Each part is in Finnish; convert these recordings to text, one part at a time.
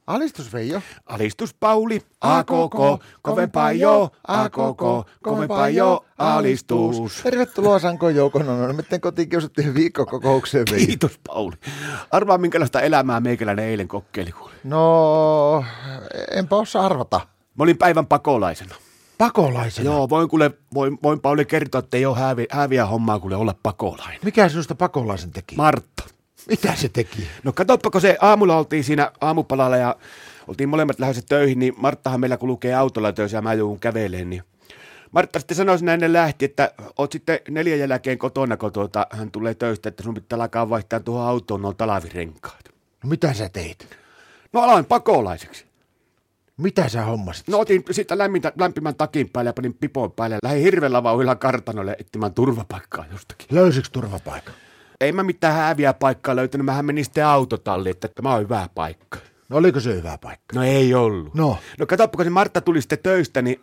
Alistus Veijo. Alistus Pauli, a koko, kovempaa jo, a koko, kovempaa jo, alistus. Tervetuloa Sanko Joukonono, miten kotiin kiusattiin viikkokokoukseen Veijo. Kiitos Pauli. Arvaa minkälaista elämää meikäläinen eilen kokeili. No, enpä osaa arvata. Mä olin päivän pakolaisena. Pakolaisena? Joo, voin Pauli kertoa, että ei ole häviä hommaa kuule olla pakolainen. Mikä sinusta pakolaisen teki? Martta. Mitä se teki? No katsoppa, kun se aamulla oltiin siinä aamupalalla ja oltiin molemmat lähdössä töihin, niin Marttahan meillä kulkee autolla töissä ja mä joudun käveleen, niin Martta sitten sanoi sinä ennen lähti, että oot sitten 4 jälkeen kotona, kun hän tulee töistä, että sun pitää alkaa vaihtaa tuohon autoon nuo talavirenkaat. No mitä sä teit? No aloin pakolaiseksi. Mitä sä hommasit? No otin siitä lämpimän takin päälle ja panin pipon päälle ja lähdin hirveällä vauhdilla kartanolle etsimään turvapaikkaa jostakin. Löysikö turvapaikan? Ei mä mitään häviää paikkaa löytänyt, mähän menin sitten autotalliin, että tämä on hyvä paikka. No oliko se hyvä paikka? No ei ollut. No Katsoppa, kun se Martta tuli sitten töistä, niin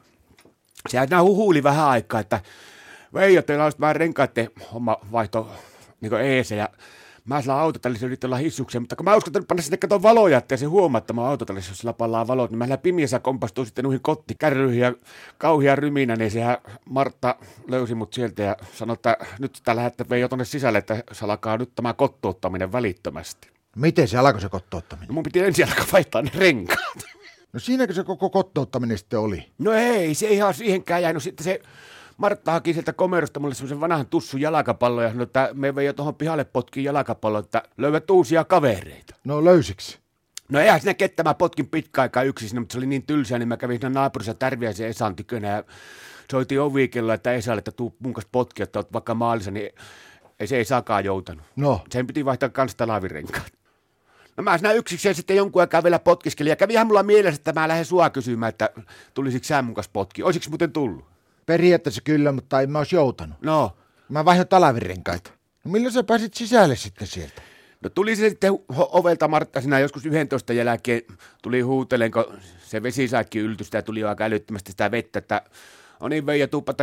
se aina huhuili vähän aikaa, että Veijo, teillä olisi vähän renkaiden homma vaihto niin ees ja mä sillä autotallissa yritin olla hissuksia, mutta kun mä uskaltanut panna sinne katon valoja, ettei se huomaa, että mä oon autotallissa, jos sillä palaa valot, niin mä sillä pimiässä kompastuu sitten noihin kottikärryihin ja kauhia ryminä, niin sehän Martta löysi mut sieltä ja sanoi, että nyt sitä lähdette Veijo tonne sisälle, että se alkaa nyt tämä kottoottaminen välittömästi. miten se alkoi se kottouttaminen? No mun piti ensin alkaa vaihtaa ne renkaat. No siinäkö se koko kottouttaminen sitten oli? No ei, se ei ihan siihenkään jäänyt. Sitten se Martta haki sieltä komerosta mulle semmoisen vanhan tussun jalkapallon ja sanoi, että me Veijo tuohon pihalle potkiin jalkapallon, että löydät uusia kavereita. No löysiks? No eihän siinä kettä, mä potkin pitkä aikaa yksin, mutta se oli niin tylsää, niin mä kävin siinä naapurissa Tärviäisen Esan tykönä ja soitin ovikelloa, että Esalle, että tuu mun kanssa potkia, että oot vaikka maalissa, niin se ei saakaan joutanut. No. Sen piti vaihtaa kans talavirenkaat. No mä siinä yksikseen sitten jonkun aikaa vielä potkiskelin ja kävihän mulla mielessä, että mä lähden sua kysymään, että tulisitko sä mun kanssa potkia. Olisiko muuten tullut? Periaatteessa kyllä, mutta en mä olisi joutanut. No. Mä vaihdoin talavirenkaita. No milloin sä pääsit sisälle sitten sieltä? No tuli se sitten ovelta Martta siinä joskus 11 jälkeen tuli huutelen, kun se vesisaikki yltystä ja tuli jo aika älyttömästi sitä vettä, että no niin Veijo, tuuppa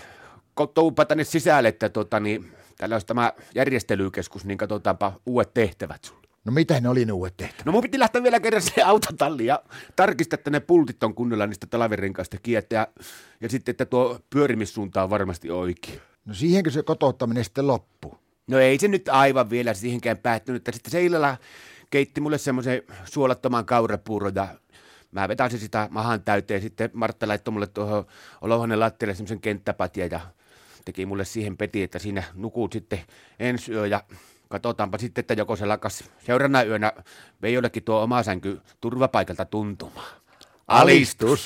tänne sisälle, että täällä olisi tämä järjestelykeskus, niin katsotaanpa uudet tehtävät sulle. No mitä ne oli ne uudet tehtävät? No mun piti lähteä vielä kerran se autotalliin ja tarkistaa, että ne pultit on kunnolla niistä talavirenkaista kiinni ja sitten, että tuo pyörimissuunta on varmasti oikein. No siihenkö se kotouttaminen sitten loppuu? No ei se nyt aivan vielä siihenkään päättynyt, että sitten se illalla keitti mulle semmoisen suolattoman kaurapuuron ja mä vetäisin sitä mahan täyteen. Sitten Martta laittoi mulle tuohon olohuoneen lattialle semmoisen kenttäpatja ja teki mulle siihen peti, että siinä nukuut sitten ensi yö ja katsotaanpa sitten, että joko se lakas seuraavana yönä Veijollekin tuo oma sänky turvapaikalta tuntumaan. Alistus!